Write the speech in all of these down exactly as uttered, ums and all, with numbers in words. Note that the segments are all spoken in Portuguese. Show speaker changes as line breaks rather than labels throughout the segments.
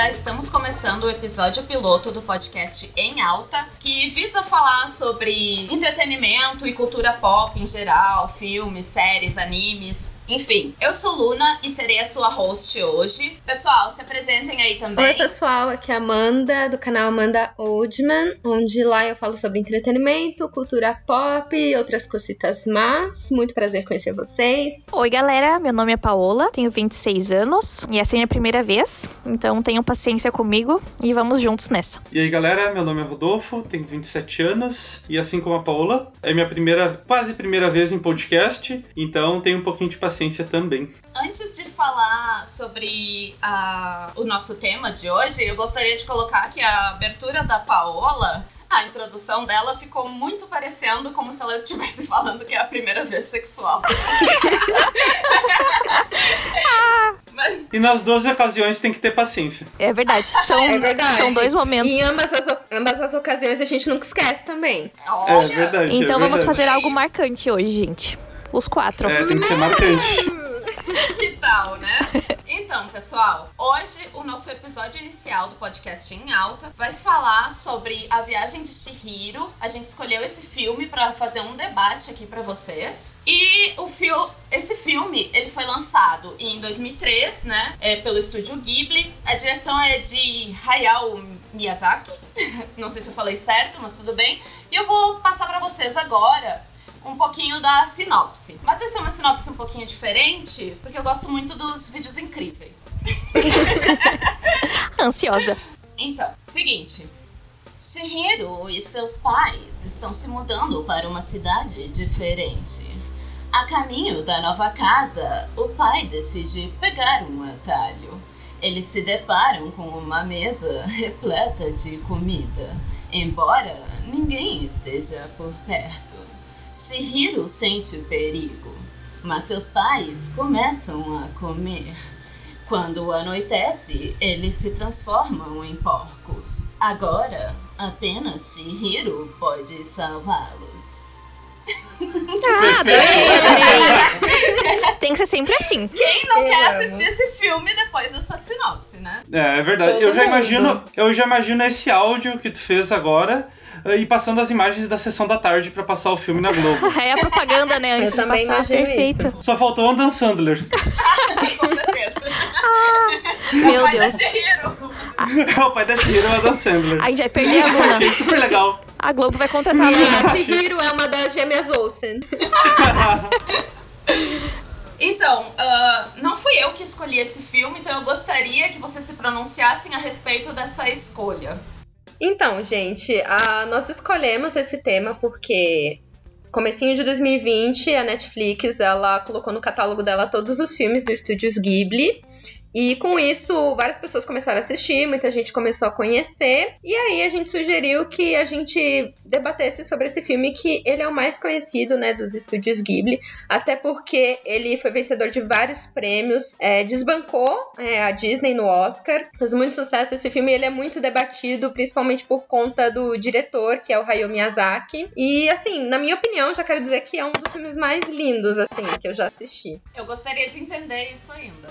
galera, estamos começando o episódio piloto do podcast Em Alta, que visa falar sobre entretenimento e cultura pop em geral, filmes, séries, animes, enfim. Eu sou Luna e serei a sua host hoje. Pessoal, se apresentem aí também.
Oi pessoal, aqui é a Amanda, do canal Amanda Oldman, onde lá eu falo sobre entretenimento, cultura pop e outras cositas más. Muito prazer conhecer vocês.
Oi galera, meu nome é Paola, tenho vinte e seis anos e essa é a minha primeira vez, então tenham paciência comigo e vamos juntos nessa.
E aí galera, meu nome é Rodolfo, tenho vinte e sete anos e assim como a Paola, é minha primeira, quase primeira vez em podcast, então tenho um pouquinho de paciência também.
Antes de falar sobre a, o nosso tema de hoje, eu gostaria de colocar que a abertura da Paola, a introdução dela ficou muito parecendo como se ela estivesse falando que é a primeira vez sexual. Mas...
E nas duas ocasiões tem que ter paciência.
É verdade, são,
é verdade.
são dois momentos.
E em ambas as, ambas as ocasiões a gente nunca esquece também.
Olha.
É verdade.
Então
é
vamos
verdade.
fazer algo marcante hoje, gente. Os quatro.
É, tem que ser marcante.
Que tal, né? Então, pessoal, hoje o nosso episódio inicial do podcast Em Alta vai falar sobre a viagem de Chihiro. A gente escolheu esse filme pra fazer um debate aqui pra vocês. E o fio, esse filme, ele foi lançado em dois mil e três, né? É, pelo estúdio Ghibli. A direção é de Hayao Miyazaki. Não sei se eu falei certo, mas tudo bem. E eu vou passar pra vocês agora um pouquinho da sinopse. Mas vai ser uma sinopse um pouquinho diferente, porque eu gosto muito dos vídeos incríveis.
Ansiosa.
Então, seguinte. Chihiro e seus pais estão se mudando para uma cidade diferente. A caminho da nova casa, o pai decide pegar um atalho. Eles se deparam com uma mesa repleta de comida, embora ninguém esteja por perto. Chihiro sente perigo, mas seus pais começam a comer. Quando anoitece, eles se transformam em porcos. Agora, apenas Chihiro pode salvá-los.
Ah, adorei, adorei. Tem que ser sempre assim.
Quem não
Eu
quer
amo.
assistir esse filme depois dessa sinopse, né?
É, é verdade.
Todo
Eu já
mundo.
imagino, eu já imagino esse áudio que tu fez agora e passando as imagens da sessão da tarde pra passar o filme na Globo.
É a propaganda, né? Antes
Eu também
de passar.
imagino
Perfeito.
isso.
Só faltou o Adam Sandler.
Com certeza.
Meu
o pai
Deus.
da Chihiro.
É o pai da Chihiro, o Adam Sandler.
Aí já perdi a Luna.
Achei super legal.
A Globo vai contratar a
E
Luna.
a Chihiro é uma das gêmeas Olsen.
Então, uh, não fui eu que escolhi esse filme, então eu gostaria que vocês se pronunciassem a respeito dessa escolha.
Então, gente, a, nós escolhemos esse tema porque comecinho de dois mil e vinte, a Netflix, ela colocou no catálogo dela todos os filmes do Estúdios Ghibli. E com isso, várias pessoas começaram a assistir, muita gente começou a conhecer. E aí a gente sugeriu que a gente debatesse sobre esse filme, que ele é o mais conhecido, né, dos estúdios Ghibli. Até porque ele foi vencedor de vários prêmios, é, desbancou é, a Disney no Oscar. Fez muito sucesso esse filme, ele é muito debatido, principalmente por conta do diretor, que é o Hayao Miyazaki. E assim, na minha opinião, já quero dizer que é um dos filmes mais lindos, assim, que eu já assisti.
Eu gostaria de entender isso ainda.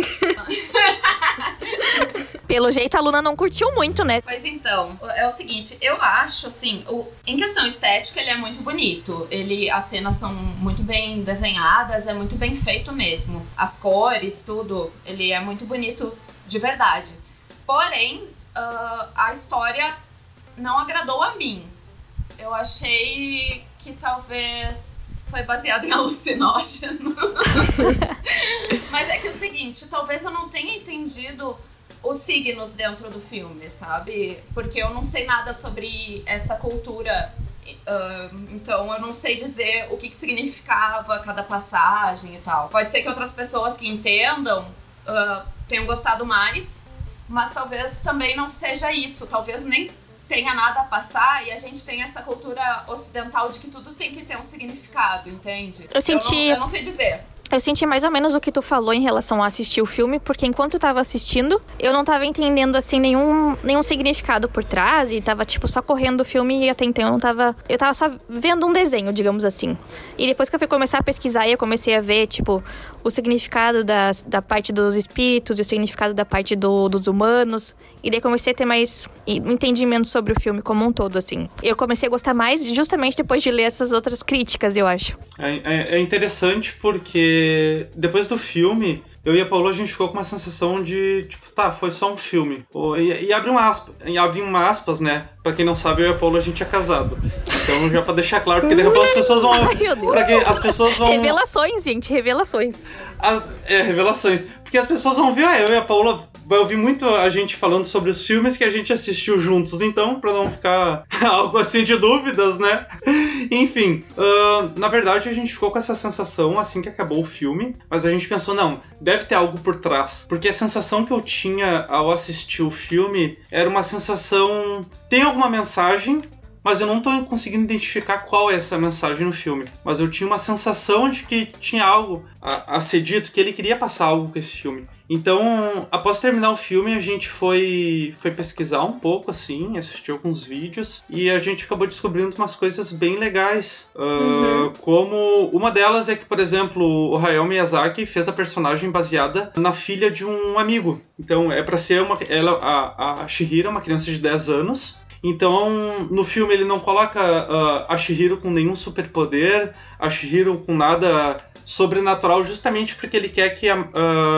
Pelo jeito, a Luna não curtiu muito, né?
Pois então, é o seguinte, eu acho, assim, o, em questão estética, ele é muito bonito. Ele, as cenas são muito bem desenhadas, é muito bem feito mesmo. As cores, tudo, ele é muito bonito de verdade. Porém, uh, a história não agradou a mim. Eu achei que talvez foi baseado em alucinógenos. Mas é que é o seguinte, talvez eu não tenha entendido os signos dentro do filme, sabe? Porque eu não sei nada sobre essa cultura, uh, então eu não sei dizer o que, que significava cada passagem e tal. Pode ser que outras pessoas que entendam uh, tenham gostado mais, mas talvez também não seja isso, talvez nem tenha nada a passar e a gente tem essa cultura ocidental de que tudo tem que ter um significado, entende?
Eu senti...
Eu não, eu não sei dizer.
Eu senti mais ou menos o que tu falou em relação a assistir o filme, porque enquanto eu tava assistindo, eu não tava entendendo, assim, nenhum, nenhum significado por trás, e tava, tipo, só correndo o filme, e até então eu não tava... Eu tava só vendo um desenho, digamos assim. E depois que eu fui começar a pesquisar, eu comecei a ver, tipo, o significado das, da parte dos espíritos e o significado da parte do, dos humanos, e daí comecei a ter mais entendimento sobre o filme como um todo, assim. Eu comecei a gostar mais justamente depois de ler essas outras críticas, eu acho.
É, é, é interessante porque depois do filme, eu e a Paola, a gente ficou com uma sensação de, tipo, tá, foi só um filme. E, e abre, um aspa, e abre uma aspas, né? Pra quem não sabe, eu e a Paola, a gente é casado. Então, já pra deixar claro, porque depois as pessoas vão...
Ai, meu Deus.
Pra que as pessoas vão...
Revelações, gente, revelações.
As, é, revelações. Porque as pessoas vão ver, ah, eu e a Paola... Vai ouvir muito a gente falando sobre os filmes que a gente assistiu juntos, então, pra não ficar algo assim de dúvidas, né? Enfim, uh, na verdade a gente ficou com essa sensação assim que acabou o filme, mas a gente pensou, não, deve ter algo por trás. Porque a sensação que eu tinha ao assistir o filme era uma sensação... Tem alguma mensagem, mas eu não tô conseguindo identificar qual é essa mensagem no filme. Mas eu tinha uma sensação de que tinha algo a, a ser dito, que ele queria passar algo com esse filme. Então, após terminar o filme, a gente foi, foi pesquisar um pouco, assim, assistiu alguns vídeos, e a gente acabou descobrindo umas coisas bem legais. Uh, uhum. Como uma delas é que, por exemplo, o Hayao Miyazaki fez a personagem baseada na filha de um amigo. Então, é pra ser uma... Ela, a, a Chihiro é uma criança de dez anos. Então, no filme ele não coloca uh, a Chihiro com nenhum superpoder, a Chihiro com nada sobrenatural, justamente porque ele quer que uh,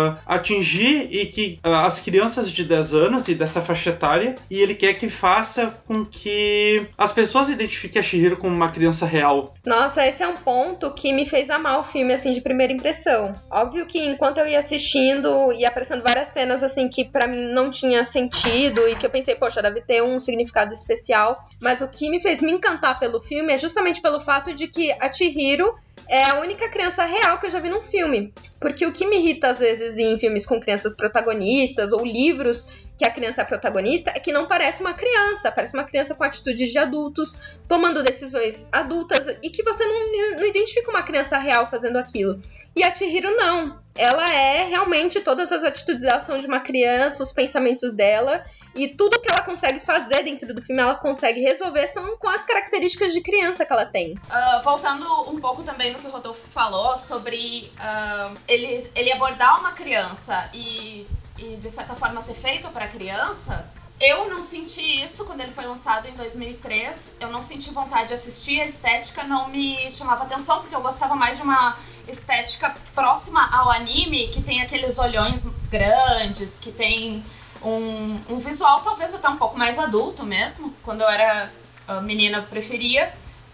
atingir e que uh, as crianças de dez anos e dessa faixa etária, e ele quer que faça com que as pessoas identifiquem a Chihiro como uma criança real.
Nossa, esse é um ponto que me fez amar o filme, assim, de primeira impressão. Óbvio que enquanto eu ia assistindo, ia aparecendo várias cenas, assim, que pra mim não tinha sentido e que eu pensei, poxa, deve ter um significado especial, mas o que me fez me encantar pelo filme é justamente pelo fato de que a Chihiro é a única criança real que eu já vi num filme. Porque o que me irrita, às vezes, em filmes com crianças protagonistas ou livros que a criança é protagonista é que não parece uma criança. Parece uma criança com atitudes de adultos, tomando decisões adultas, e que você não, não identifica uma criança real fazendo aquilo. E a Chihiro não. Ela é realmente todas as atitudes da ação de uma criança, os pensamentos dela, e tudo que ela consegue fazer dentro do filme, ela consegue resolver são com as características de criança que ela tem.
Uh, voltando um pouco também no que o Rodolfo falou sobre uh, ele, ele abordar uma criança e, e de certa forma ser feito para criança, eu não senti isso quando ele foi lançado em dois mil e três, eu não senti vontade de assistir, a estética não me chamava atenção, porque eu gostava mais de uma estética próxima ao anime, que tem aqueles olhões grandes, que tem um, um visual talvez até um pouco mais adulto mesmo. Quando eu era uh, menina eu preferia,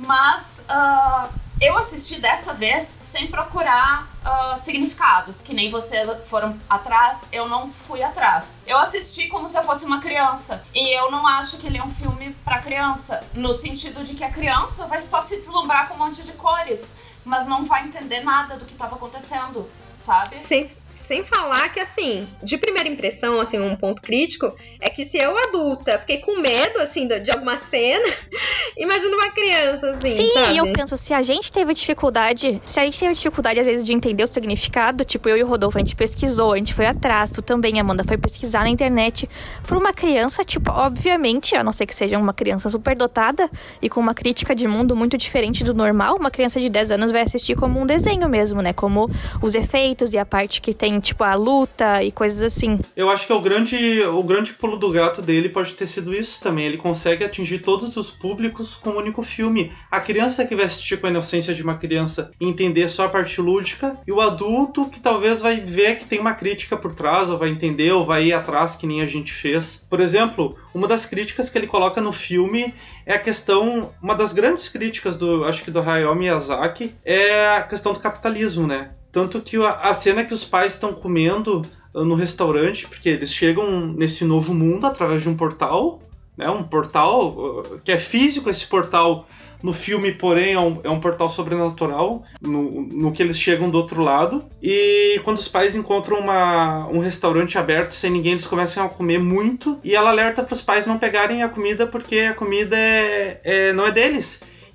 mas uh, eu assisti dessa vez sem procurar uh, significados, que nem vocês foram atrás, eu não fui atrás. Eu assisti como se eu fosse uma criança, e eu não acho que ele é um filme pra criança, no sentido de que a criança vai só se deslumbrar com um monte de cores, mas não vai entender nada do que estava acontecendo, sabe?
Sim. Sem falar que, assim, de primeira impressão, assim, um ponto crítico, é que se eu, adulta, fiquei com medo, assim, de, de alguma cena, imagina uma criança, assim,
Sim,
sabe?
e eu penso, se a gente teve dificuldade, se a gente teve dificuldade, às vezes, de entender o significado, tipo, eu e o Rodolfo, a gente pesquisou, a gente foi atrás, tu também, Amanda, foi pesquisar na internet. Pra uma criança, tipo, obviamente, a não ser que seja uma criança superdotada e com uma crítica de mundo muito diferente do normal, uma criança de dez anos vai assistir como um desenho mesmo, né? Como os efeitos e a parte que tem, tipo, a luta e coisas assim.
Eu acho que o grande, o grande pulo do gato dele pode ter sido isso também. Ele consegue atingir todos os públicos com um único filme. A criança que vai assistir com a inocência de uma criança e entender só a parte lúdica, e o adulto que talvez vai ver que tem uma crítica por trás, ou vai entender, ou vai ir atrás, que nem a gente fez. Por exemplo, uma das críticas que ele coloca no filme é a questão, uma das grandes críticas do, acho que do Hayao Miyazaki, é a questão do capitalismo, né? Tanto que a cena que os pais estão comendo no restaurante, porque eles chegam nesse novo mundo através de um portal, né? Um portal que é físico, esse portal no filme, porém, é um, é um portal sobrenatural, no, no que eles chegam do outro lado. E quando os pais encontram uma, um restaurante aberto sem ninguém, eles começam a comer muito. E ela alerta para os pais não pegarem a comida, porque a comida é, é, não é deles.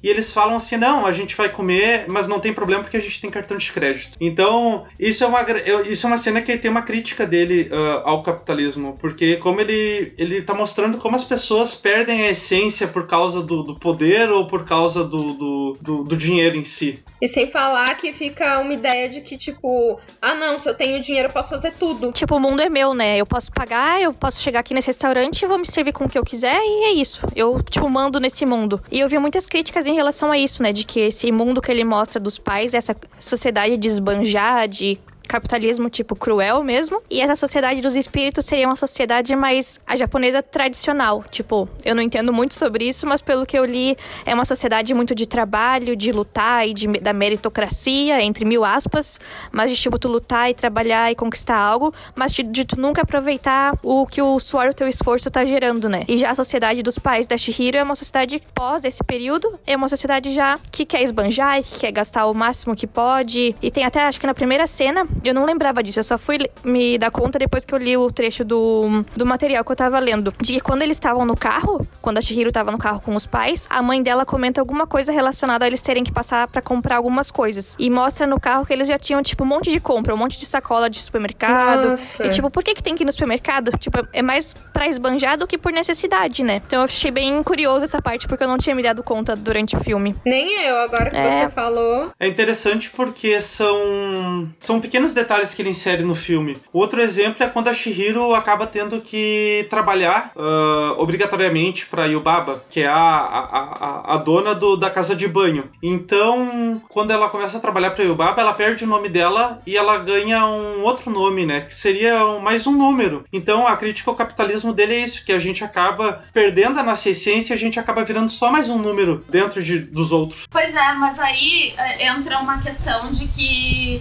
e eles falam assim, não, a gente vai comer, mas não tem problema porque a gente tem cartão de crédito. Então, isso é uma, isso é uma cena que tem uma crítica dele uh, ao capitalismo, porque como ele, ele tá mostrando como as pessoas perdem a essência por causa do, do poder ou por causa do, do, do, do dinheiro em si.
E sem falar que fica uma ideia de que, tipo, ah não, se eu tenho dinheiro eu posso fazer tudo.
Tipo, o mundo é meu, né? Eu posso pagar, eu posso chegar aqui nesse restaurante, vou me servir com o que eu quiser e é isso. Eu, tipo, mando nesse mundo. E eu vi muitas críticas em relação a isso, né? De que esse mundo que ele mostra dos pais, essa sociedade de esbanjar, de capitalismo, tipo, cruel mesmo. E essa sociedade dos espíritos seria uma sociedade mais a japonesa tradicional. Tipo, eu não entendo muito sobre isso, mas pelo que eu li, é uma sociedade muito de trabalho, de lutar e de, da meritocracia, entre mil aspas. Mas de, tipo, tu lutar e trabalhar e conquistar algo, mas de, de tu nunca aproveitar o que o suor, o teu esforço tá gerando, né? E já a sociedade dos pais da Chihiro é uma sociedade pós esse período, é uma sociedade já que quer esbanjar, que quer gastar o máximo que pode. E tem até, acho que na primeira cena, eu não lembrava disso, eu só fui me dar conta depois que eu li o trecho do, do material que eu tava lendo. De que quando eles estavam no carro, quando a Chihiro tava no carro com os pais, a mãe dela comenta alguma coisa relacionada a eles terem que passar pra comprar algumas coisas. E mostra no carro que eles já tinham, tipo, um monte de compra, um monte de sacola de supermercado.
Nossa.
E, tipo, por que que tem que ir no supermercado? Tipo, é mais pra esbanjar do que por necessidade, né? Então eu achei bem curioso essa parte, porque eu não tinha me dado conta durante o filme.
Nem eu, agora que
É.
você falou.
É interessante porque são, são pequenos detalhes que ele insere no filme. Outro exemplo é quando a Chihiro acaba tendo que trabalhar uh, obrigatoriamente pra Yubaba, que é a, a, a, a dona do, da casa de banho. Então, quando ela começa a trabalhar pra Yubaba, ela perde o nome dela e ela ganha um outro nome, né? Que seria um, mais um número. Então, a crítica ao capitalismo dele é isso, que a gente acaba perdendo a nossa essência e a gente acaba virando só mais um número dentro de, dos outros.
Pois é, mas aí é, entra uma questão de que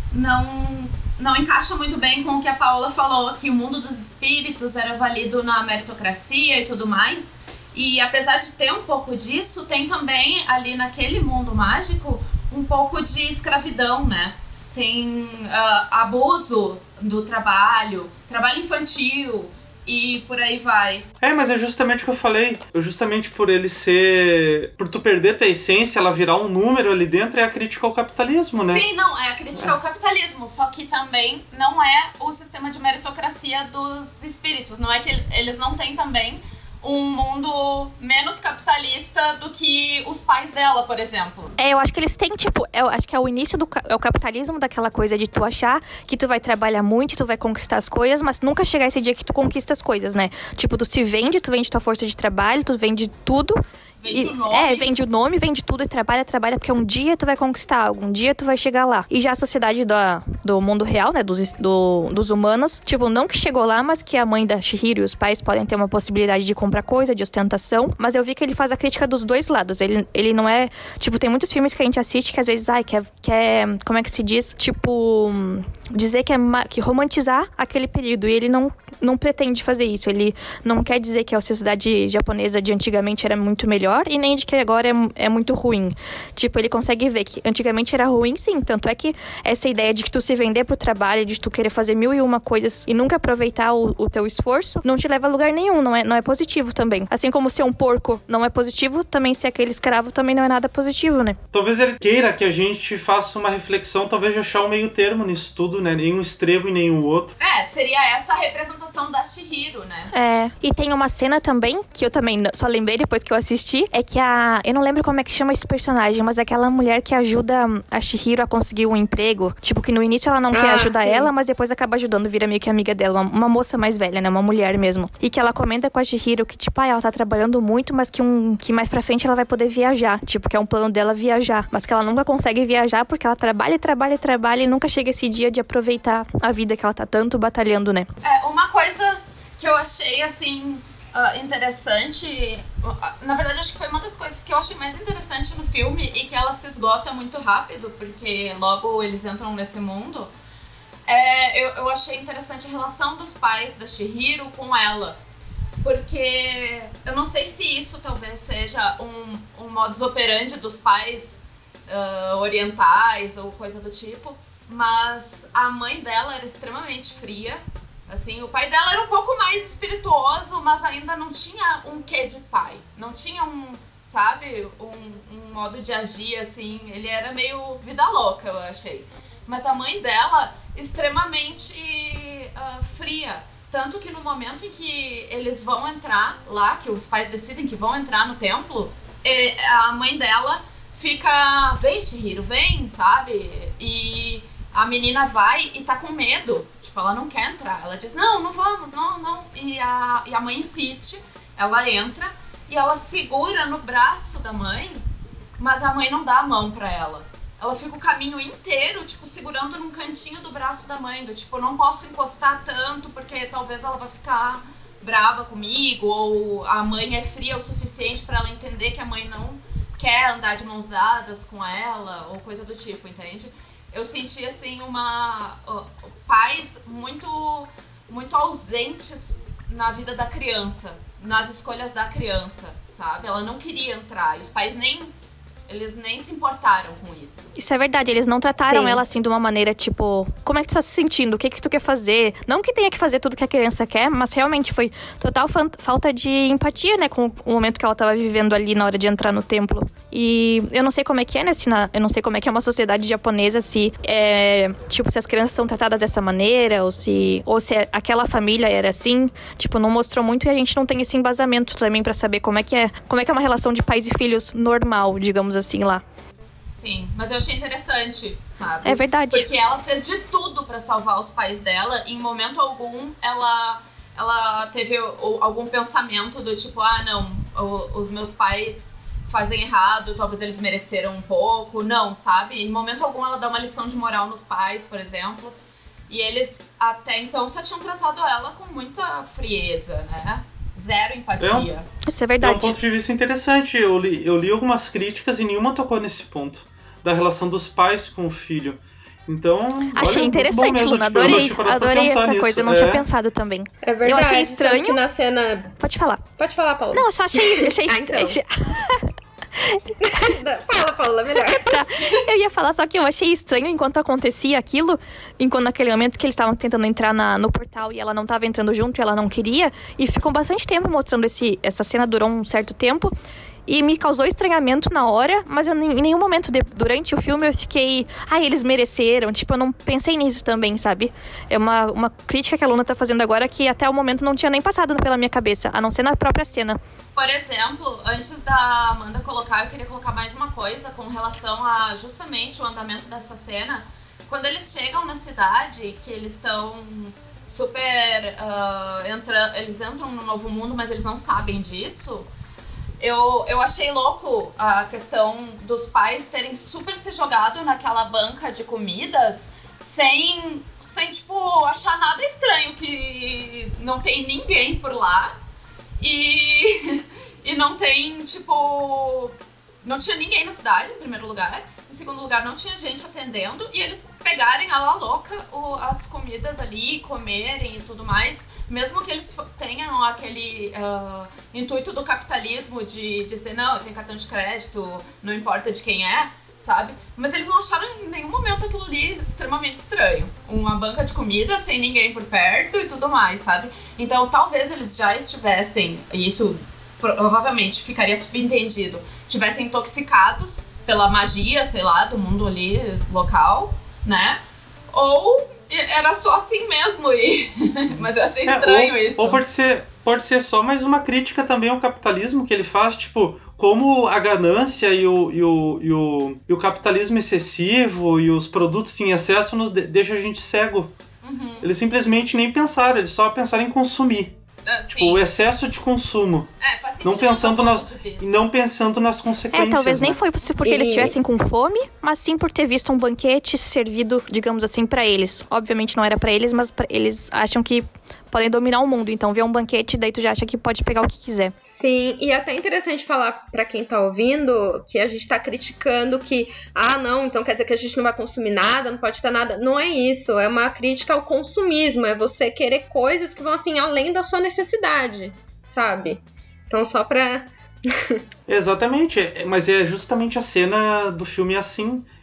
não, não encaixa muito bem com o que a Paola falou, que o mundo dos espíritos era válido na meritocracia e tudo mais. E apesar de ter um pouco disso, tem também ali naquele mundo mágico um pouco de escravidão, né? Tem uh, abuso do trabalho, trabalho infantil e por aí vai.
É, mas é justamente o que eu falei. Justamente por ele ser... Por tu perder tua essência, ela virar um número ali dentro, é a crítica ao capitalismo, né?
Sim, não, é a crítica ao capitalismo, só que também não é o sistema de meritocracia dos espíritos. Não é que eles não têm também um mundo menos capitalista do que os pais dela, por exemplo.
É, eu acho que eles têm, tipo, eu acho que é o início do é o capitalismo, daquela coisa de tu achar que tu vai trabalhar muito, tu vai conquistar as coisas, mas nunca chegar esse dia que tu conquista as coisas, né? Tipo, tu se vende, tu vende tua força de trabalho, tu vende tudo.
Vende
E,
o nome.
É, vende o nome, vende tudo e trabalha, trabalha, porque um dia tu vai conquistar algo, um dia tu vai chegar lá. E já a sociedade do, do mundo real, né, dos, do, dos humanos, tipo, não que chegou lá, mas que a mãe da Chihiro e os pais podem ter uma possibilidade de comprar coisa, de ostentação, mas eu vi que ele faz a crítica dos dois lados. Ele, ele não é, tipo, tem muitos filmes que a gente assiste que às vezes, ai, quer, quer como é que se diz? Tipo, dizer que é que romantizar aquele período, e ele não, não pretende fazer isso. Ele não quer dizer que a sociedade japonesa de antigamente era muito melhor, e nem de que agora é, é muito ruim. Tipo, ele consegue ver que antigamente era ruim, sim. Tanto é que essa ideia de que tu se vender pro trabalho, de tu querer fazer mil e uma coisas e nunca aproveitar o, o teu esforço, não te leva a lugar nenhum, não é, não é positivo também. Assim como ser um porco não é positivo, também ser aquele escravo também não é nada positivo, né?
Talvez ele queira que a gente faça uma reflexão, talvez de achar um meio termo nisso tudo, né? Nenhum extremo e nenhum outro.
É, seria essa a representação da Chihiro, né?
É, e tem uma cena também, que eu também só lembrei depois que eu assisti, é que a... Eu não lembro como é que chama esse personagem, mas é aquela mulher que ajuda a Chihiro a conseguir um emprego. Tipo, que no início ela não ah, quer ajudar sim. ela, mas depois acaba ajudando, vira meio que amiga dela. Uma, uma moça mais velha, né? Uma mulher mesmo. E que ela comenta com a Chihiro que, tipo, ah, ela tá trabalhando muito, mas que, um, que mais pra frente ela vai poder viajar. Tipo, que é um plano dela viajar. Mas que ela nunca consegue viajar porque ela trabalha, trabalha, trabalha e nunca chega esse dia de aproveitar a vida que ela tá tanto batalhando, né?
É, uma coisa que eu achei, assim... Uh, interessante, na verdade acho que foi uma das coisas que eu achei mais interessante no filme e que ela se esgota muito rápido, porque logo eles entram nesse mundo. É, eu, eu achei interessante a relação dos pais da Chihiro com ela, porque eu não sei se isso talvez seja um, um modus operandi dos pais uh, orientais ou coisa do tipo, mas a mãe dela era extremamente fria. Assim, o pai dela era um pouco mais espirituoso, mas ainda não tinha um quê de pai. Não tinha um sabe? Um, um modo de agir, assim. Ele era meio vida louca, eu achei. Mas a mãe dela, extremamente uh, fria. Tanto que no momento em que eles vão entrar lá, que os pais decidem que vão entrar no templo, ele, a mãe dela fica, vem, Chihiro, vem, sabe? E a menina vai e tá com medo. Tipo, ela não quer entrar. Ela diz, não, não vamos, não, não. E a, e a mãe insiste, ela entra e ela segura no braço da mãe, mas a mãe não dá a mão pra ela. Ela fica o caminho inteiro, tipo, segurando num cantinho do braço da mãe. Do tipo, não posso encostar tanto porque talvez ela vai ficar brava comigo. Ou a mãe é fria o suficiente pra ela entender que a mãe não quer andar de mãos dadas com ela. Ou coisa do tipo, entende? Eu senti, assim, uma... Uh, pais muito, muito ausentes na vida da criança. Nas escolhas da criança, sabe? Ela não queria entrar. E os pais nem... Eles nem se importaram com isso.
Isso é verdade, eles não trataram
Sim.
ela assim de uma maneira tipo, como é que tu tá se sentindo? O que que tu quer fazer? Não que tenha que fazer tudo que a criança quer, mas realmente foi total fa- falta de empatia, né, com o momento que ela tava vivendo ali na hora de entrar no templo. E eu não sei como é que é, né, se na, eu não sei como é que é uma sociedade japonesa, se é, tipo, se as crianças são tratadas dessa maneira, ou se, ou se aquela família era assim, tipo, não mostrou muito e a gente não tem esse embasamento também pra saber como é que é, como é que é uma relação de pais e filhos normal, digamos assim. assim lá.
Sim, mas eu achei interessante, sabe?
É verdade.
Porque ela fez de tudo pra salvar os pais dela e em momento algum ela, ela teve o, algum pensamento do tipo, ah, não, o, os meus pais fazem errado, talvez eles mereceram um pouco. Não, sabe? Em momento algum ela dá uma lição de moral nos pais, por exemplo. E eles até então só tinham tratado ela com muita frieza, né? Zero empatia.
É.
Isso é verdade.
É um ponto de vista interessante. Eu li, eu li algumas críticas e nenhuma tocou nesse ponto. Da relação dos pais com o filho. Então,
achei
olha,
interessante,
mesmo,
Luna.
tipo,
Adorei, adorei essa
nisso.
coisa. Eu não
é.
tinha pensado também.
É verdade.
Eu achei estranho.
Tanto que na cena...
Pode falar.
Pode falar, Paula.
Não, eu só achei, achei
Ah,
estranho.
então. Fala, Paula, melhor.
Tá. Eu ia falar, só que eu achei estranho enquanto acontecia aquilo, enquanto naquele momento que eles estavam tentando entrar na, no portal e ela não estava entrando junto e ela não queria, e ficou bastante tempo mostrando esse, essa cena, durou um certo tempo. E me causou estranhamento na hora, mas eu, em nenhum momento de, durante o filme eu fiquei... Ah, eles mereceram. Tipo, eu não pensei nisso também, sabe? É uma, uma crítica que a Luna tá fazendo agora que até o momento não tinha nem passado pela minha cabeça, a não ser na própria cena.
Por exemplo, antes da Amanda colocar, eu queria colocar mais uma coisa com relação a justamente o andamento dessa cena. Quando eles chegam na cidade, que eles estão super... Uh, entra, eles entram no novo mundo, mas eles não sabem disso... Eu, eu achei louco a questão dos pais terem super se jogado naquela banca de comidas sem, sem, tipo, achar nada estranho, que não tem ninguém por lá e, e não tem, tipo... Não tinha ninguém na cidade, em primeiro lugar. Em segundo lugar, não tinha gente atendendo. E eles pegarem a la louca o, as comidas ali, comerem e tudo mais. Mesmo que eles tenham aquele uh, intuito do capitalismo de dizer, não, eu tenho cartão de crédito, não importa de quem é, sabe? Mas eles não acharam em nenhum momento aquilo ali extremamente estranho. Uma banca de comida sem ninguém por perto e tudo mais, sabe? Então, talvez eles já estivessem, e isso provavelmente ficaria subentendido, tivessem intoxicados pela magia, sei lá, do mundo ali local, né? Ou era só assim mesmo, e... mas eu achei estranho
é, ou,
isso.
Ou pode ser, pode ser só mais uma crítica também ao capitalismo que ele faz, tipo, como a ganância e o, e o, e o, e o capitalismo excessivo e os produtos em excesso nos de, deixa a gente cego.
Uhum.
Eles simplesmente nem pensaram, eles só pensaram em consumir.
Uh,
tipo, o excesso de consumo.
É, faz sentido.
Não pensando, na,
de
não pensando nas consequências.
É, talvez
né?
nem foi porque
e...
eles estivessem com fome, mas sim por ter visto um banquete servido, digamos assim, pra eles. Obviamente não era pra eles, mas pra... eles acham que podem dominar o mundo. Então vê um banquete, daí tu já acha que pode pegar o que quiser.
Sim, e é até interessante falar pra quem tá ouvindo que a gente tá criticando que, ah, não, então quer dizer que a gente não vai consumir nada, não pode ter nada. Não é isso, é uma crítica ao consumismo, é você querer coisas que vão, assim, além da sua necessidade, sabe? Então só pra...
Exatamente, mas é justamente a cena do filme assim.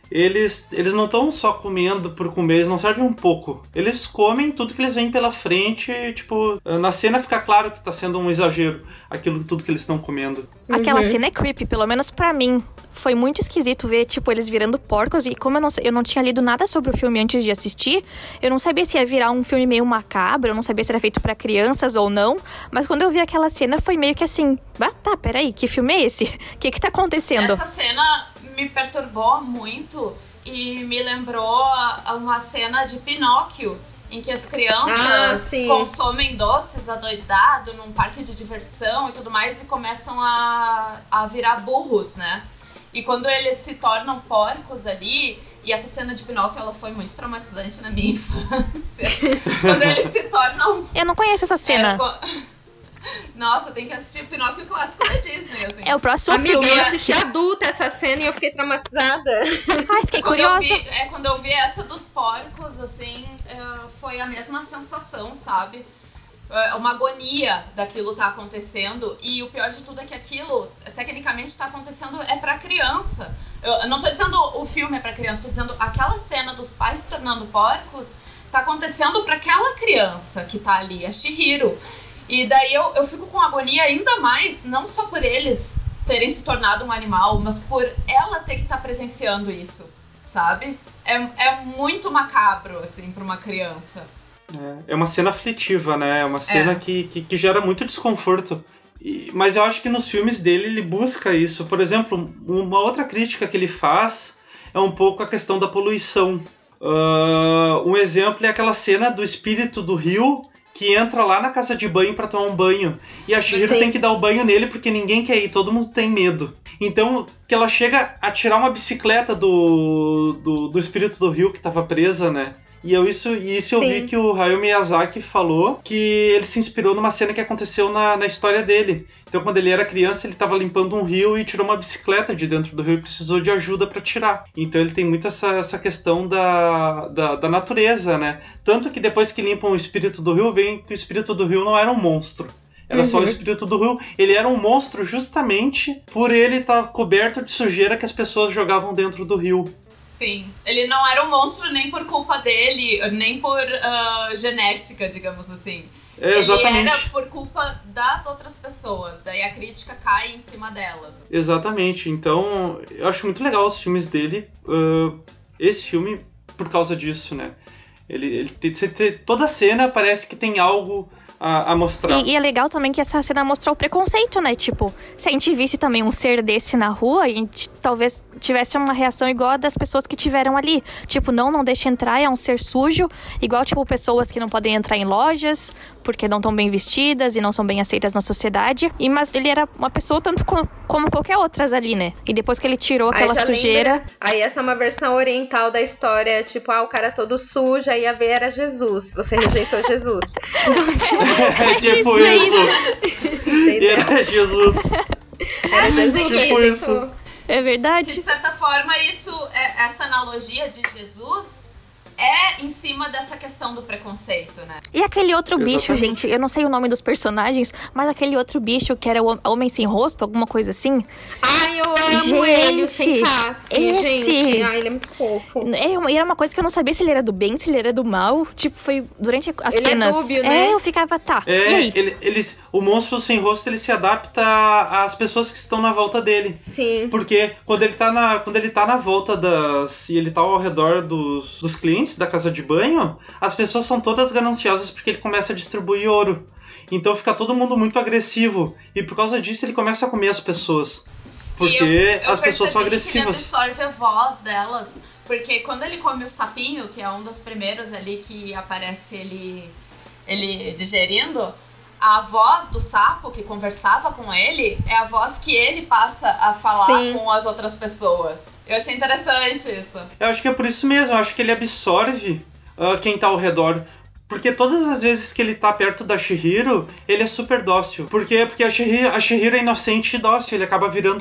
eles, eles não estão só comendo por comer, eles não servem um pouco. Eles comem tudo que eles veem pela frente, tipo, na cena fica claro que tá sendo um exagero, aquilo tudo que eles estão comendo.
Aquela
Uhum.
cena é creepy, pelo menos pra mim. Foi muito esquisito ver, tipo, eles virando porcos. E como eu não, eu não tinha lido nada sobre o filme antes de assistir, eu não sabia se ia virar um filme meio macabro, eu não sabia se era feito pra crianças ou não. Mas quando eu vi aquela cena, foi meio que assim, ah, tá, peraí, que filme é esse? O que que tá acontecendo?
Essa cena me perturbou muito e me lembrou uma cena de Pinóquio, em que as crianças
Ah,
consomem doces adoidado num parque de diversão e tudo mais e começam a, a virar burros, né? E quando eles se tornam porcos ali, e essa cena de Pinóquio, ela foi muito traumatizante na minha infância. Quando eles se tornam...
Eu não conheço essa cena.
É, co- Nossa, tem que assistir Pinóquio clássico da Disney, assim.
É o próximo
Amiga,
filme.
eu assisti adulta essa cena e eu fiquei traumatizada.
Ai, fiquei
Quando eu,
curiosa.
vi, é, quando eu vi essa dos porcos, assim, é, foi a mesma sensação, sabe? É, uma agonia daquilo tá acontecendo. E o pior de tudo é que aquilo, tecnicamente, tá acontecendo é pra criança. Eu, eu não tô dizendo o filme é pra criança, tô dizendo aquela cena dos pais se tornando porcos tá acontecendo pra aquela criança que tá ali, a Chihiro. E daí eu, eu fico com agonia ainda mais, não só por eles terem se tornado um animal, mas por ela ter que estar presenciando isso, sabe? É, é muito macabro, assim, pra uma criança.
É, é uma cena aflitiva, né? É uma cena
É.
que, que, que gera muito desconforto. E- mas eu acho que nos filmes dele ele busca isso. Por exemplo, uma outra crítica que ele faz é um pouco a questão da poluição. Ah, um exemplo é aquela cena do espírito do rio que entra lá na casa de banho pra tomar um banho. E a Chihiro
Sim.
tem que dar o banho nele porque ninguém quer ir, todo mundo tem medo. Então, que ela chega a tirar uma bicicleta do, do, do espírito do rio que tava presa, né? E eu, isso, e isso eu
Sim.
vi que o Hayao Miyazaki falou que ele se inspirou numa cena que aconteceu na, na história dele. Então, quando ele era criança, ele estava limpando um rio e tirou uma bicicleta de dentro do rio e precisou de ajuda para tirar. Então, ele tem muito essa, essa questão da, da, da natureza, né? Tanto que depois que limpam o espírito do rio, vem que o espírito do rio não era um monstro. Era só o
Uhum.
espírito do rio. Ele era um monstro justamente por ele estar coberto de sujeira que as pessoas jogavam dentro do rio.
Sim. Ele não era um monstro nem por culpa dele, nem por ah, genética, digamos assim.
É, exatamente.
Ele era por culpa das outras pessoas, daí a crítica cai em cima delas.
Exatamente. Então, eu acho muito legal os filmes dele. Uh, esse filme, por causa disso, né? Ele, ele tem, você tem- toda cena parece que tem algo a, a mostrar.
E, e é legal também que essa cena mostrou o preconceito, né? Tipo, se a gente visse também um ser desse na rua, a gente talvez tivesse uma reação igual a das pessoas que tiveram ali. Tipo, não, não deixa entrar, é um ser sujo. Igual, tipo, pessoas que não podem entrar em lojas porque não estão bem vestidas e não são bem aceitas na sociedade. E, mas ele era uma pessoa tanto co- como qualquer outras ali, né? E depois que ele tirou aquela
Aí já
sujeira...
lembra- Aí essa é uma versão oriental da história, tipo, ah, o cara todo sujo, aí a ver era Jesus. Você rejeitou Jesus.
É tipo
isso, é
isso. E
Entendeu?
era Jesus.
Era
mas
Jesus
é
que
que-
Tipo
rejeitou.
isso.
É
Que,
verdade.
de certa forma, isso, é- essa analogia de Jesus é em cima dessa questão do preconceito, né?
E aquele outro bicho,
Exatamente.
gente, eu não sei o nome dos personagens, mas aquele outro bicho que era o Homem Sem Rosto, alguma coisa assim.
Ai, eu amo
Gente,
ele, o sem face.
esse-
Gente, ai, ele é muito fofo.
É, uma- e era uma coisa que eu não sabia se ele era do bem, se ele era do mal. Tipo, foi durante as
Ele é
cenas.
dúbio, né?
É, eu ficava, tá. E
É,
aí?
ele, eles, o monstro sem rosto ele se adapta às pessoas que estão na volta dele.
Sim.
Porque quando ele tá na, quando ele tá na volta das. E ele tá ao redor dos, dos clientes da casa de banho, as pessoas são todas gananciosas porque ele começa a distribuir ouro. Então fica todo mundo muito agressivo. E por causa disso ele começa a comer as pessoas. Porque
E eu, eu
as pessoas são
percebi que ele
agressivas.
absorve a voz delas, porque quando ele come o sapinho, que é um dos primeiros ali que aparece ele, ele digerindo, a voz do sapo que conversava com ele é a voz que ele passa a falar
Sim.
com as outras pessoas. Eu achei interessante isso.
Eu acho que é por isso mesmo. Eu acho que ele absorve ah, quem tá ao redor. Porque todas as vezes que ele tá perto da Chihiro, ele é super dócil. Por quê? Porque a Chihiro, a Chihiro é inocente e dócil. Ele acaba virando...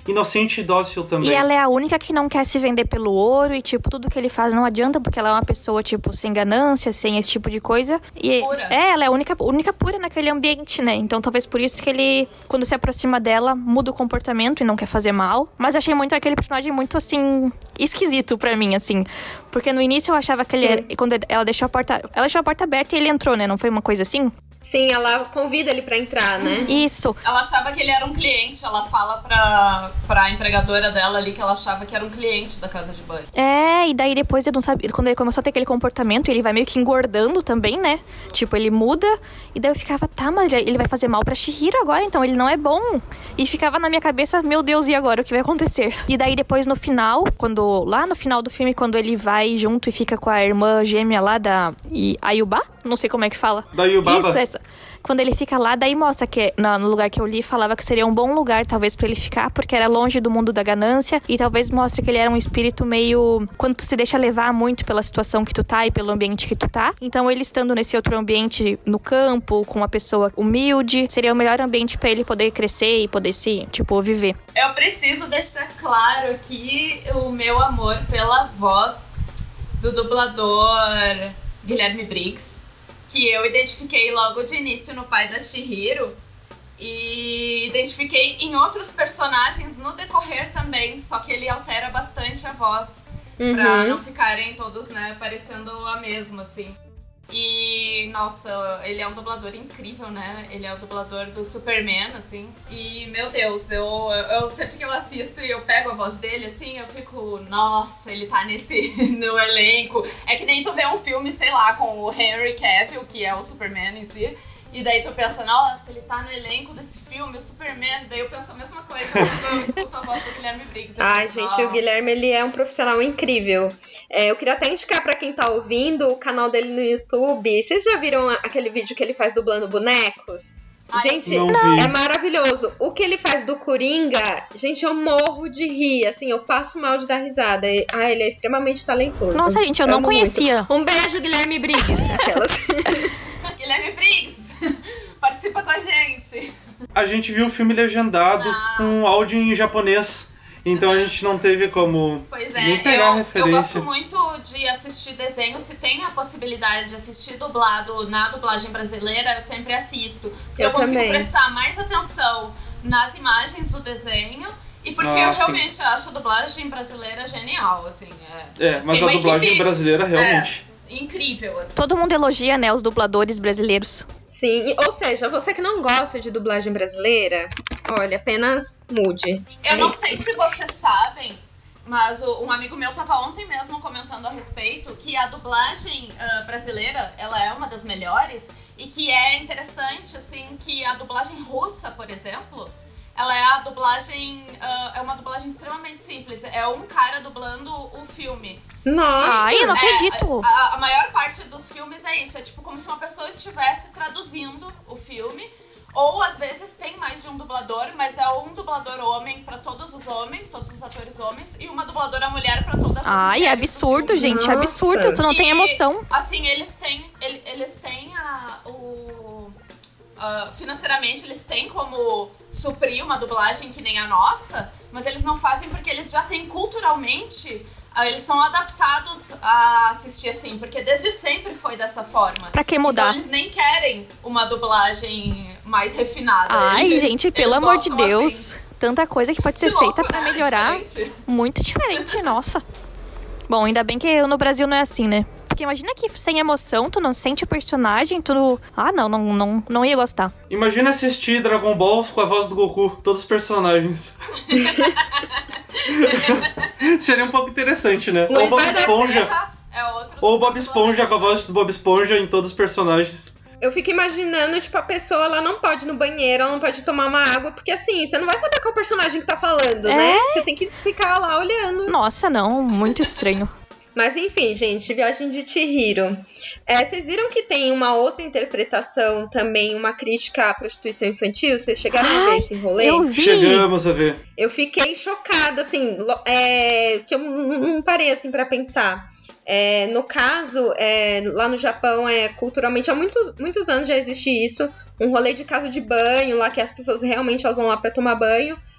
inocente e dócil também.
E ela é a única que não quer se vender pelo ouro e, tipo, tudo que ele faz não adianta, porque ela é uma pessoa, tipo, sem ganância, sem esse tipo de coisa. E
pura.
É, ela é a única, única pura naquele ambiente, né? Então, talvez por isso que ele, quando se aproxima dela, muda o comportamento e não quer fazer mal. Mas eu achei muito aquele personagem muito, assim, esquisito pra mim, assim. Porque no início eu achava que ele era, quando ela deixou a porta, ela deixou a porta aberta e ele entrou, né? Não foi uma coisa assim?
Sim, ela convida ele pra entrar, né?
Isso.
Ela achava que ele era um cliente, ela fala pra, pra empregadora dela ali que ela achava que era um cliente da casa de banho.
É, e daí depois eu não sabia, quando ele começou a ter aquele comportamento, ele vai meio que engordando também, né? Tipo, ele muda, e daí eu ficava, tá, mas ele vai fazer mal pra Chihiro agora, então ele não é bom. E ficava na minha cabeça, meu Deus, e agora? O que vai acontecer? E daí depois no final, quando lá no final do filme, quando ele vai junto e fica com a irmã gêmea lá da e, Ayuba, não sei como é que fala.
Da Ayubaba.
Isso, essa. Quando ele fica lá, daí mostra que no, no lugar que eu li, falava que seria um bom lugar, talvez, pra ele ficar, porque era longe do mundo da ganância, e talvez mostre que ele era um espírito meio... Quando tu se deixa levar muito pela situação que tu tá e pelo ambiente que tu tá. Então, ele estando nesse outro ambiente no campo, com uma pessoa humilde, seria o melhor ambiente pra ele poder crescer e poder se, tipo, viver.
Eu preciso deixar claro aqui o meu amor pela voz do dublador Guilherme Briggs, que eu identifiquei logo de início no pai da Chihiro e identifiquei em outros personagens no decorrer também, só que ele altera bastante a voz, uhum, pra não ficarem todos, né, parecendo a mesma, assim. E, nossa, ele é um dublador incrível, né? Ele é o dublador do Superman, assim. E, meu Deus, eu, eu sempre que eu assisto e eu pego a voz dele, assim, eu fico, nossa, ele tá nesse, no elenco. É que nem tu vê um filme, sei lá, com o Henry Cavill, que é o Superman em si. E daí tu pensa, nossa, ele tá no elenco desse filme, o Superman. Daí eu penso a mesma coisa quando eu escuto a voz do Guilherme Briggs.
Ai,
penso,
gente,
oh.
o Guilherme, ele é um profissional incrível. É, eu queria até indicar pra quem tá ouvindo o canal dele no YouTube. Vocês já viram aquele vídeo que ele faz dublando bonecos?
Ai,
gente,
não.
É maravilhoso. O que ele faz do Coringa, gente, eu morro de rir. Assim, eu passo mal de dar risada. E, ah, ele é extremamente talentoso.
Nossa, gente, eu não
Amo
conhecia.
muito. Um beijo, Guilherme Briggs. Aquelas.
Guilherme Briggs, participa com a gente.
A gente viu o filme legendado
ah.
com áudio em japonês. Então a gente não teve como
pois
nem
é,
pegar
eu,
a referência.
eu gosto muito de assistir desenho. Se tem a possibilidade de assistir dublado na dublagem brasileira, eu sempre assisto.
Eu,
eu consigo
também.
prestar mais atenção nas imagens do desenho. E porque
ah,
eu
sim.
realmente acho a dublagem brasileira genial, assim. É,
é mas a
dublagem
dublagem brasileira realmente...
É, incrível, assim.
Todo mundo elogia, né, os dubladores brasileiros.
Sim, ou seja, você que não gosta de dublagem brasileira, olha, apenas mude.
Eu não sei se vocês sabem, mas o, um amigo meu tava ontem mesmo comentando a respeito que a dublagem uh, brasileira, ela é uma das melhores e que é interessante, assim, que a dublagem russa, por exemplo, ela é a dublagem, uh, é uma dublagem extremamente simples. É um cara dublando o filme.
Nossa!
Ai, eu não acredito!
É, a, a maior parte dos filmes é isso. É tipo como se uma pessoa estivesse traduzindo o filme. Ou às vezes tem mais de um dublador, mas é um dublador homem pra todos os homens, todos os atores homens, e uma dubladora mulher pra todas as
Ai,
mulheres.
é absurdo, gente,
Nossa.
é absurdo. Tu não
e,
tem emoção.
Assim, eles têm, ele, eles têm a, o... Uh, financeiramente eles têm como suprir uma dublagem que nem a nossa, mas eles não fazem porque eles já têm culturalmente, uh, eles são adaptados a assistir assim, porque desde sempre foi dessa forma.
Pra que mudar?
Então eles nem querem uma dublagem mais refinada.
Ai,
eles,
gente,
eles
pelo amor de
gostam
Deus.
Assim.
Tanta coisa que pode ser
Que
feita
louco,
pra
né?
melhorar.
Diferente.
Muito diferente, nossa. Bom, ainda bem que no Brasil não é assim, né? Porque imagina que sem emoção, tu não sente o personagem, tu não... Ah, não, não, não, não ia gostar.
Imagina assistir Dragon Ball com a voz do Goku, todos os personagens. Seria um pouco interessante, né?
Não
Ou Bob
vai dar
Esponja.
É outro
Ou
dos
Bob Esponja com a voz do Bob Esponja em todos os personagens.
Eu fico imaginando, tipo, a pessoa, ela não pode ir no banheiro, ela não pode tomar uma água, porque assim, você não vai saber qual personagem que tá falando,
É?
né? Você tem que ficar lá olhando.
Nossa, não, muito estranho.
Mas enfim, gente, Viagem de Chihiro. É, vocês viram que tem uma outra interpretação também, uma crítica à prostituição infantil? Vocês chegaram a ver esse rolê?
Eu vi.
Chegamos a ver.
Eu fiquei chocada, assim, lo- é, que eu não não parei, assim, pra pensar. É, no caso, é, lá no Japão, é, culturalmente, há muitos, muitos anos já existe isso, um rolê de casa de banho, lá que as pessoas realmente elas vão lá pra tomar banho,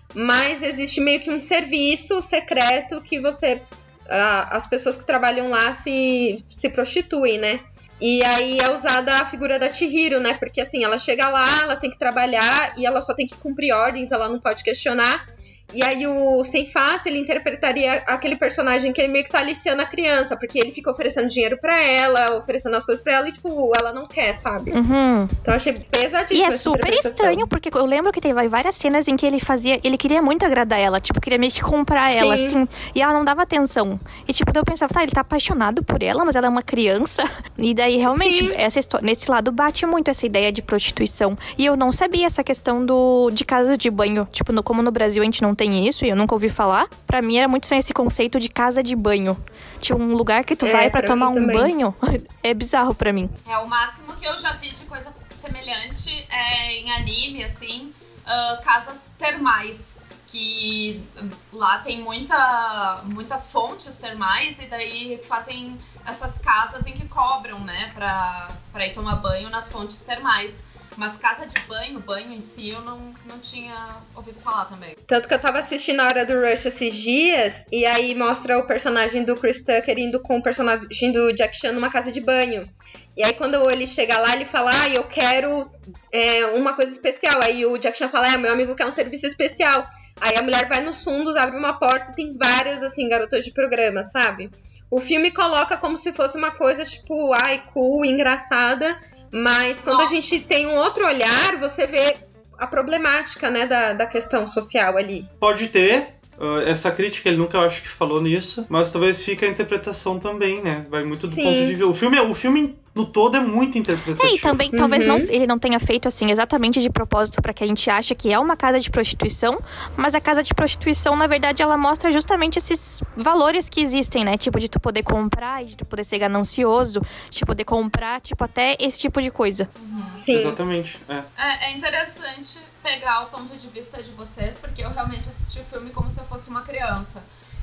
mas existe meio que um serviço secreto que você... Uh, as pessoas que trabalham lá se, se prostituem, né? E aí é usada a figura da Chihiro, né? Porque assim, ela chega lá, ela tem que trabalhar e ela só tem que cumprir ordens, ela não pode questionar. E aí o Sem Face, ele interpretaria aquele personagem que ele meio que tá aliciando a criança, porque ele fica oferecendo dinheiro pra ela, oferecendo as coisas pra ela e, tipo, ela não quer, sabe?
Uhum.
Então eu achei pesadíssimo.
E é
essa
super estranho, porque eu lembro que teve várias cenas em que ele fazia... Ele queria muito agradar ela, tipo, queria meio que comprar
Sim.
ela, assim. E ela não dava atenção. E, tipo, daí eu pensava, tá, ele tá apaixonado por ela, mas ela é uma criança. E daí, realmente, essa história, nesse lado, bate muito essa ideia de prostituição. E eu não sabia essa questão do, de casas de banho. Tipo, no, como no Brasil a gente não tem isso, e eu nunca ouvi falar. Pra mim era muito estranho esse conceito de casa de banho. Tipo, um lugar que tu
É,
vai pra,
pra
tomar
mim
um
também.
banho. É bizarro pra mim.
É, o máximo que eu já vi de coisa semelhante é em anime, assim, uh, casas termais. Que lá tem muita, muitas fontes termais e daí fazem essas casas em que cobram, né, pra, pra ir tomar banho nas fontes termais. Mas casa de banho, banho em si, eu não, não tinha ouvido falar também.
Tanto que eu tava assistindo a Hora do Rush esses dias, e aí mostra o personagem do Chris Tucker indo com o personagem do Jack Chan numa casa de banho. E aí quando ele chega lá, ele fala, ah, eu quero é, uma coisa especial. Aí o Jack Chan fala, é, meu amigo quer um serviço especial. Aí a mulher vai nos fundos, abre uma porta e tem várias, assim, garotas de programa, sabe? O filme coloca como se fosse uma coisa, tipo, ai, cool, engraçada. Mas quando
Nossa.
a gente tem um outro olhar, você vê a problemática, né, da, da questão social ali.
Pode ter uh, essa crítica, ele nunca, eu acho que falou nisso, mas talvez fique a interpretação também, né? Vai muito do
Sim.
ponto de vista. O filme, o filme no todo é muito interpretativo.
É, e também,
Uhum.
talvez não, ele não tenha feito assim exatamente de propósito pra que a gente ache que é uma casa de prostituição, mas a casa de prostituição, na verdade, ela mostra justamente esses valores que existem, né? Tipo, de tu poder comprar, de tu poder ser ganancioso, de poder comprar, tipo, até esse tipo de coisa.
Uhum.
Sim.
Exatamente, é.
É, é interessante pegar o ponto de vista de vocês, porque eu realmente assisti o filme como se eu fosse uma criança.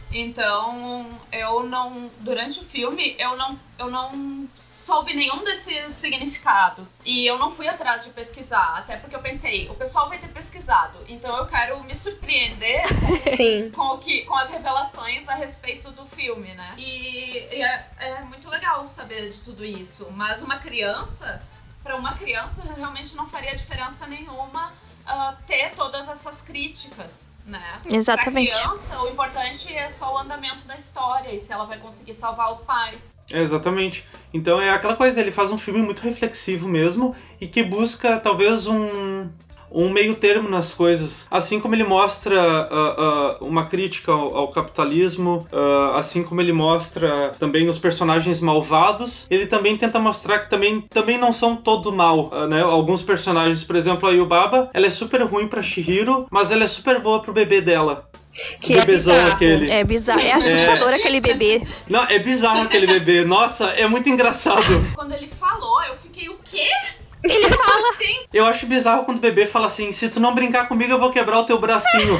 Então, eu não... Durante o filme, eu não, eu não soube nenhum desses significados. E eu não fui atrás de pesquisar, até porque eu pensei, o pessoal vai ter pesquisado, então eu quero me surpreender
Sim.
com, o que, com as revelações a respeito do filme, né? E, e é, é muito legal saber de tudo isso. Mas uma criança, para uma criança, realmente não faria diferença nenhuma uh, ter todas essas críticas. Né?
Exatamente.
Pra criança, o importante é só o andamento da história e se ela vai conseguir salvar os pais.
É, exatamente. Então é aquela coisa, ele faz um filme muito reflexivo mesmo e que busca talvez um, um meio termo nas coisas. Assim como ele mostra uh, uh, uma crítica ao, ao capitalismo, uh, assim como ele mostra também os personagens malvados, ele também tenta mostrar que também, também não são todos mal, uh, né? Alguns personagens, por exemplo, a Yubaba, ela é super ruim pra Chihiro, mas ela é super boa pro bebê dela.
Que
o
é
bebezão
bizarro.
aquele.
É bizarro, é assustador aquele bebê.
Não, é bizarro aquele bebê. Nossa, é muito engraçado.
Quando ele falou, eu fiquei, o quê?
Ele
Como
fala...
assim?
Eu acho bizarro quando o bebê fala assim, se tu não brincar comigo, eu vou quebrar o teu bracinho.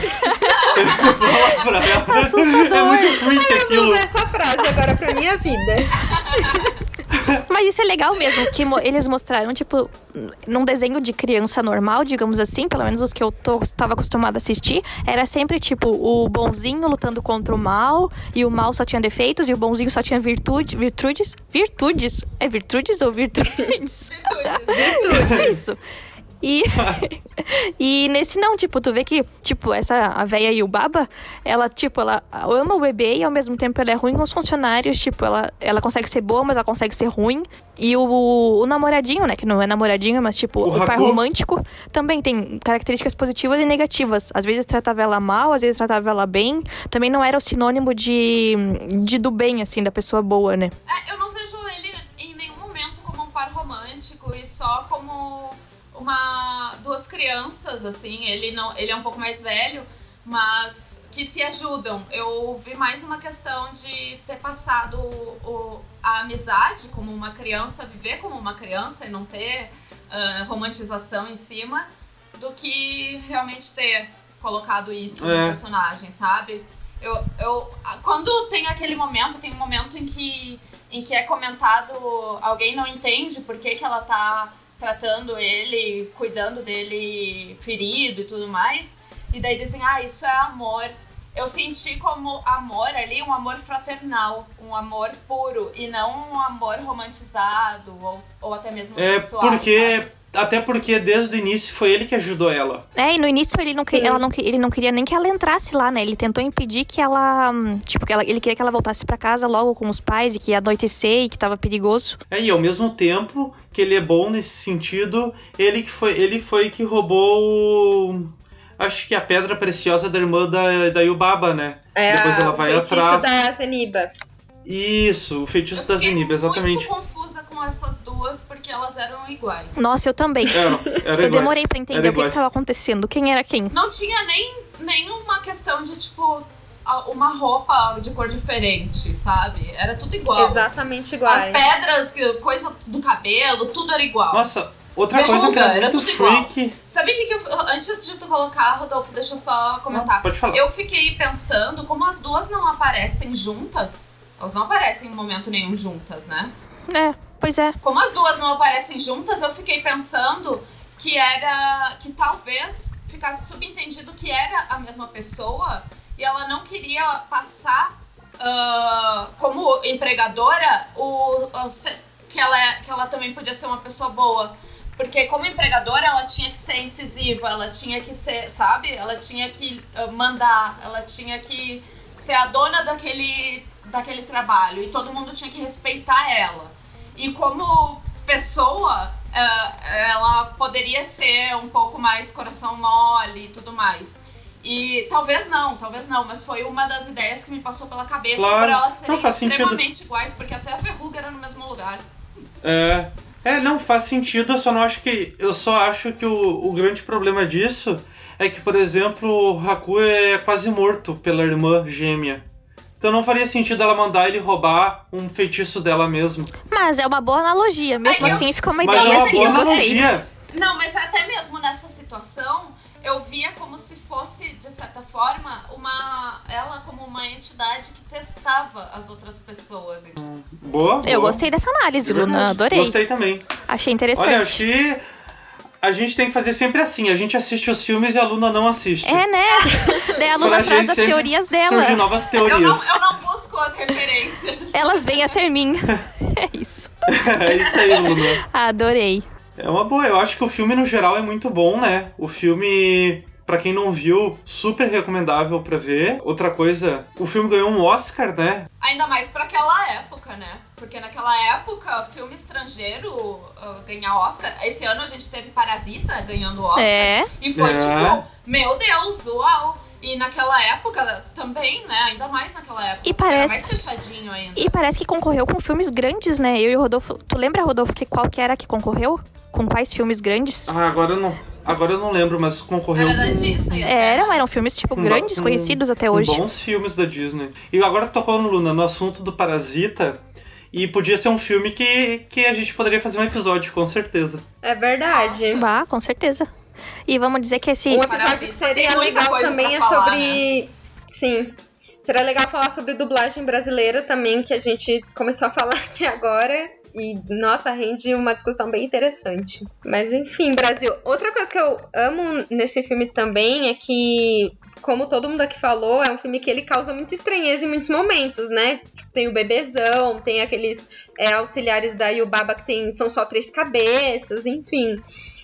Fala pra ela.
Assustador.
É muito freak
Eu vou
aquilo.
usar essa frase agora pra minha vida.
Mas isso é legal mesmo, que mo- eles mostraram, tipo, num desenho de criança normal, digamos assim, pelo menos os que eu tô, tava acostumada a assistir, era sempre, tipo, o bonzinho lutando contra o mal, e o mal só tinha defeitos, e o bonzinho só tinha virtude, virtudes. Virtudes? É virtudes ou virtudes?
Virtudes.
É isso. E, e nesse não, tipo, tu vê que, tipo, essa, a véia Yubaba, ela, tipo, ela ama o bebê e ao mesmo tempo ela é ruim com os funcionários, tipo, ela, ela consegue ser boa, mas ela consegue ser ruim. E o, o namoradinho, né, que não é namoradinho, mas tipo,
O
o, pai
Haku.
romântico, também tem características positivas e negativas. Às vezes tratava ela mal, às vezes tratava ela bem. Também não era o sinônimo de, de do bem, assim, da pessoa boa, né?
É, eu não vejo ele em nenhum momento como um par romântico e só como uma duas crianças, assim. Ele não, ele é um pouco mais velho, mas que se ajudam. Eu vi mais uma questão de ter passado o, a amizade como uma criança, viver como uma criança e não ter uh, romantização em cima, do que realmente ter colocado isso
É.
no personagem, sabe? Eu, eu, quando tem aquele momento, tem um momento em que, em que é comentado, alguém não entende por que, que ela tá tratando ele, cuidando dele ferido e tudo mais. e daí dizem, ah, isso é amor. Eu senti como amor ali, um amor fraternal, um amor puro, e não um amor romantizado, ou, ou até mesmo
é
sensual,
porque
sabe?
Até porque desde o início foi ele que ajudou ela.
É, e no início ele não, que, ela não, ele não queria nem que ela entrasse lá, né? Ele tentou impedir que ela... Tipo, que ela, ele queria que ela voltasse pra casa logo com os pais e que ia anoitecer e que tava perigoso.
É, e ao mesmo tempo que ele é bom nesse sentido, ele que foi, ele foi que roubou o... Acho que a pedra preciosa da irmã da, da Yubaba, né?
É,
Depois ela vai
o feitiço
atrás.
da Zeniba.
Isso, o feitiço da Zeniba, exatamente.
Eu fiquei muito confusa com essas duas, porque elas eram iguais.
Nossa, eu também.
Era, era
eu
iguais.
demorei pra entender
Era
o que, que
iguais.
tava acontecendo. Quem era quem?
Não tinha nem nenhuma questão de, tipo, uma roupa de cor diferente, sabe? Era tudo igual.
Exatamente igual.
As pedras, coisa do cabelo, tudo era igual.
Nossa, outra
Verruga,
coisa que era
era
muito
tudo igual.
freak...
Sabe o que, que eu... Antes de tu colocar, Rodolfo, deixa eu só comentar.
Não, pode falar.
Eu fiquei pensando como as duas não aparecem juntas. Elas não aparecem em momento nenhum juntas, né?
É, pois é.
Como as duas não aparecem juntas, eu fiquei pensando que era... Que talvez ficasse subentendido que era a mesma pessoa e ela não queria passar uh, como empregadora o, o, que, ela, é, que ela também podia ser uma pessoa boa. Porque como empregadora ela tinha que ser incisiva, ela tinha que ser, sabe? Ela tinha que uh, mandar, ela tinha que ser a dona daquele... daquele trabalho, e todo mundo tinha que respeitar ela. E como pessoa, ela poderia ser um pouco mais coração mole e tudo mais. E talvez não, talvez não, mas foi uma das ideias que me passou pela cabeça,
Claro,
por elas serem
não,
extremamente
sentido.
iguais, porque até a verruga era no mesmo lugar.
É, é, não faz sentido, eu só não acho que... Eu só acho que o, o grande problema disso é que, por exemplo, o Haku é quase morto pela irmã gêmea. Então não faria sentido ela mandar ele roubar um feitiço dela mesmo.
Mas é uma boa analogia. Mesmo
Ai, eu-
assim, fica uma
Mas é
ideia
uma
assim,
boa
eu gostei.
analogia.
Não, mas até mesmo nessa situação, eu via como se fosse, de certa forma, uma ela como uma entidade que testava as outras pessoas.
Boa, boa.
Eu gostei dessa análise,
É verdade.
Luna. Adorei.
Gostei também.
Achei interessante.
Olha, acho que a gente tem que fazer sempre assim. A gente assiste os filmes e a Luna não assiste.
É, né? Daí a Luna
Pra
traz
gente
as
sempre
teorias dela.
surgem novas teorias.
Eu não, eu não busco as referências.
Elas vêm até mim. É isso.
É isso aí, Luna.
Adorei.
É uma boa. Eu acho que o filme, no geral, é muito bom, né? O filme... Pra quem não viu, super recomendável pra ver. Outra coisa, o filme ganhou um Oscar, né?
Ainda mais pra aquela época, né? Porque naquela época, filme estrangeiro uh, ganhar Oscar. Esse ano a gente teve Parasita ganhando Oscar.
É.
E foi
É.
tipo, meu Deus, uau! E naquela época também, né? Ainda mais naquela época.
E
porque era
parece-
mais fechadinho ainda.
E parece que concorreu com filmes grandes, né? Eu e o Rodolfo... Tu lembra, Rodolfo, que qual que era que concorreu? Com quais filmes grandes?
Ah, agora eu não... Agora eu não lembro, mas concorreu
Era da
com...
Disney até.
Eram, eram filmes, tipo,
com
grandes,
ba- com-
conhecidos até
com
hoje.
bons filmes da Disney. E agora tocou no Luna, no assunto do Parasita. E podia ser um filme que, que a gente poderia fazer um episódio, com certeza.
É verdade.
Vá, com certeza. E vamos dizer que esse...
Um episódio
Parasita
que seria
tem muita
legal
coisa
também
pra
é
falar,
sobre... Sim. Seria legal falar sobre dublagem brasileira também, que a gente começou a falar aqui agora. E, nossa, rende uma discussão bem interessante. Mas, enfim, Brasil. Outra coisa que eu amo nesse filme também é que, como todo mundo aqui falou, é um filme que ele causa muita estranheza em muitos momentos, né? Tipo, tem o bebezão, tem aqueles é, auxiliares da Yubaba que tem, são só três cabeças, enfim.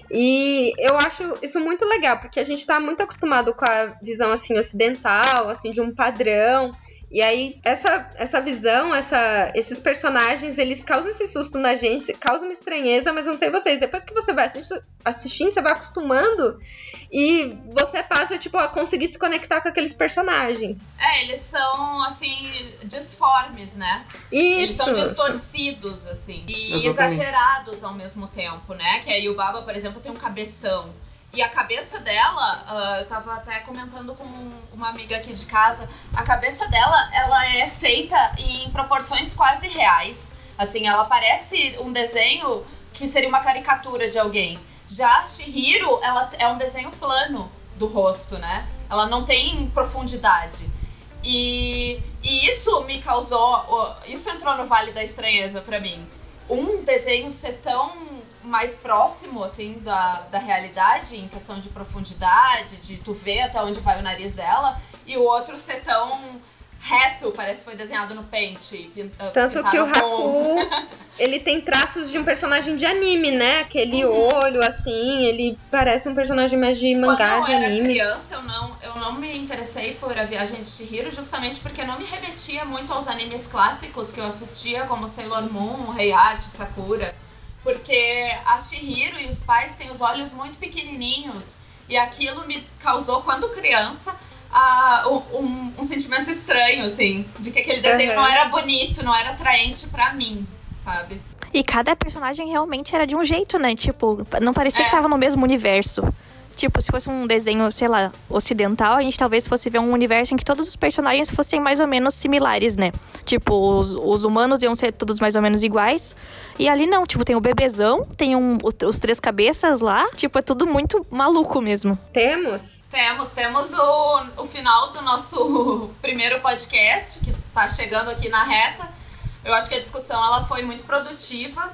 E eu acho isso muito legal, porque a gente tá muito acostumado com a visão, assim, ocidental, assim, de um padrão. E aí, essa, essa visão, essa, esses personagens, eles causam esse susto na gente, causam uma estranheza, mas eu não sei vocês, depois que você vai assistindo, assistindo, você vai acostumando e você passa, tipo, a conseguir se conectar com aqueles personagens.
É, eles são, assim, disformes, né?
Isso.
Eles são distorcidos, assim, e
Exatamente.
exagerados ao mesmo tempo, né? Que a Yubaba, por exemplo, tem um cabeção. E a cabeça dela, uh, eu tava até comentando com uma amiga aqui de casa, a cabeça dela, ela é feita em proporções quase reais. Assim, ela parece um desenho que seria uma caricatura de alguém. Já a Chihiro, ela é um desenho plano do rosto, né? Ela não tem profundidade. E, e isso me causou, isso entrou no Vale da Estranheza pra mim. Um desenho ser tão mais próximo, assim, da, da realidade, em questão de profundidade, de tu ver até onde vai o nariz dela, e o outro ser tão reto, parece que foi desenhado no pente.
Tanto que o Haku, ele tem traços de um personagem de anime, né? Aquele uhum. olho, assim, ele parece um personagem mais de mangá, de anime.
Quando eu era criança, eu não, eu não me interessei por A Viagem de Chihiro, justamente porque não me remetia muito aos animes clássicos que eu assistia, como Sailor Moon, Rei Art, Sakura. Porque a Chihiro e os pais têm os olhos muito pequenininhos, e aquilo me causou, quando criança, a, um, um sentimento estranho, assim, de que aquele desenho uhum. não era bonito, não era atraente pra mim, sabe?
E cada personagem realmente era de um jeito, né? Tipo, não parecia
É.
que tava no mesmo universo. Tipo, se fosse um desenho, sei lá, ocidental, a gente talvez fosse ver um universo em que todos os personagens fossem mais ou menos similares, né? Tipo, os, os humanos iam ser todos mais ou menos iguais. E ali não, tipo, tem o bebezão, tem um, os, os três cabeças lá. Tipo, é tudo muito maluco mesmo.
Temos?
Temos, temos o, o final do nosso primeiro podcast, que tá chegando aqui na reta. Eu acho que a discussão, ela foi muito produtiva.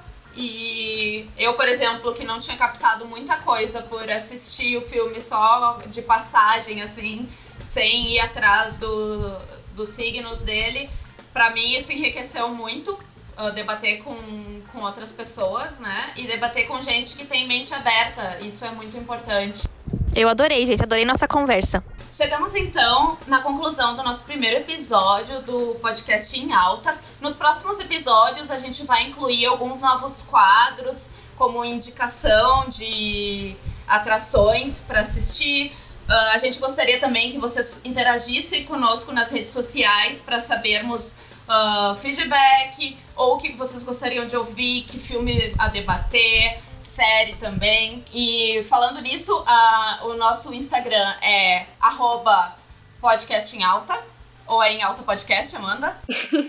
E eu, por exemplo, que não tinha captado muita coisa por assistir o filme só de passagem, assim, sem ir atrás do, dos signos dele, pra mim isso enriqueceu muito, uh, debater com, com outras pessoas, né? E debater com gente que tem mente aberta, isso é muito importante.
Eu adorei, gente, adorei nossa conversa.
Chegamos então na conclusão do nosso primeiro episódio do podcast Em Alta. Nos próximos episódios a gente vai incluir alguns novos quadros, como indicação de atrações para assistir. Uh, a gente gostaria também que vocês interagissem conosco nas redes sociais para sabermos uh, feedback, ou o que vocês gostariam de ouvir, que filme a debater, série também. E falando nisso, uh, o nosso Instagram é arroba podcast em alta, ou é em alta podcast, Amanda?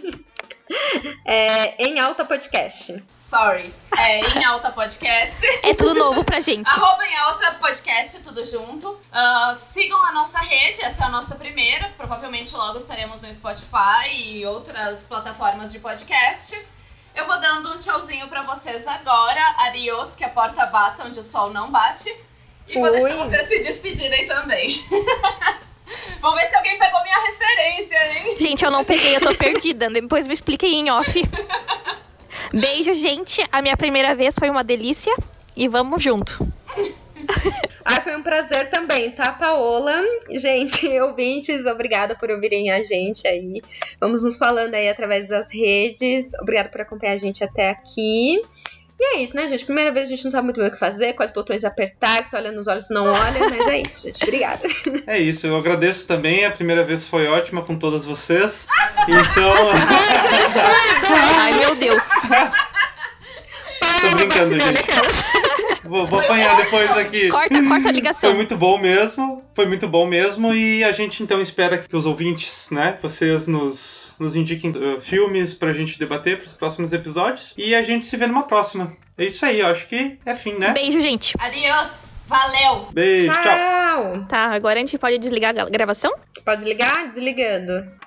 É em alta podcast.
Sorry, é em alta podcast.
É tudo novo pra gente.
Arroba em alta podcast, tudo junto. Uh, sigam a nossa rede, essa é a nossa primeira. Provavelmente logo estaremos no Spotify e outras plataformas de podcast. Eu vou dando um tchauzinho pra vocês agora. Adiós, que a porta bata onde o sol não bate. E vou
Oi.
deixar vocês se despedirem também. Vamos ver se alguém pegou minha referência, hein?
Gente, eu não peguei, eu tô perdida. Depois me expliquei em off. Beijo, gente. A minha primeira vez foi uma delícia. E vamos junto.
Ah, foi um prazer também, tá, Paola? Gente, ouvintes, obrigada por ouvirem a gente aí. Vamos nos falando aí através das redes. Obrigada por acompanhar a gente até aqui. E é isso, né, gente? Primeira vez a gente não sabe muito bem o que fazer, quais botões apertar, se olha nos olhos, não olha, mas é isso, gente. Obrigada.
É isso, eu agradeço também. A primeira vez foi ótima com todas vocês. Então.
Ai, meu Deus.
Tô brincando, gente. Vou, vou apanhar depois aqui.
Corta, corta a ligação.
Foi muito bom mesmo. Foi muito bom mesmo. E a gente então espera que os ouvintes, né, vocês nos, nos indiquem uh, filmes pra gente debater pros próximos episódios. E a gente se vê numa próxima. É isso aí, eu acho que é fim, né?
Beijo, gente.
Adiós. Valeu.
Beijo, tchau.
Tchau.
Tá, agora a gente pode desligar a gravação?
Pode desligar? Desligando.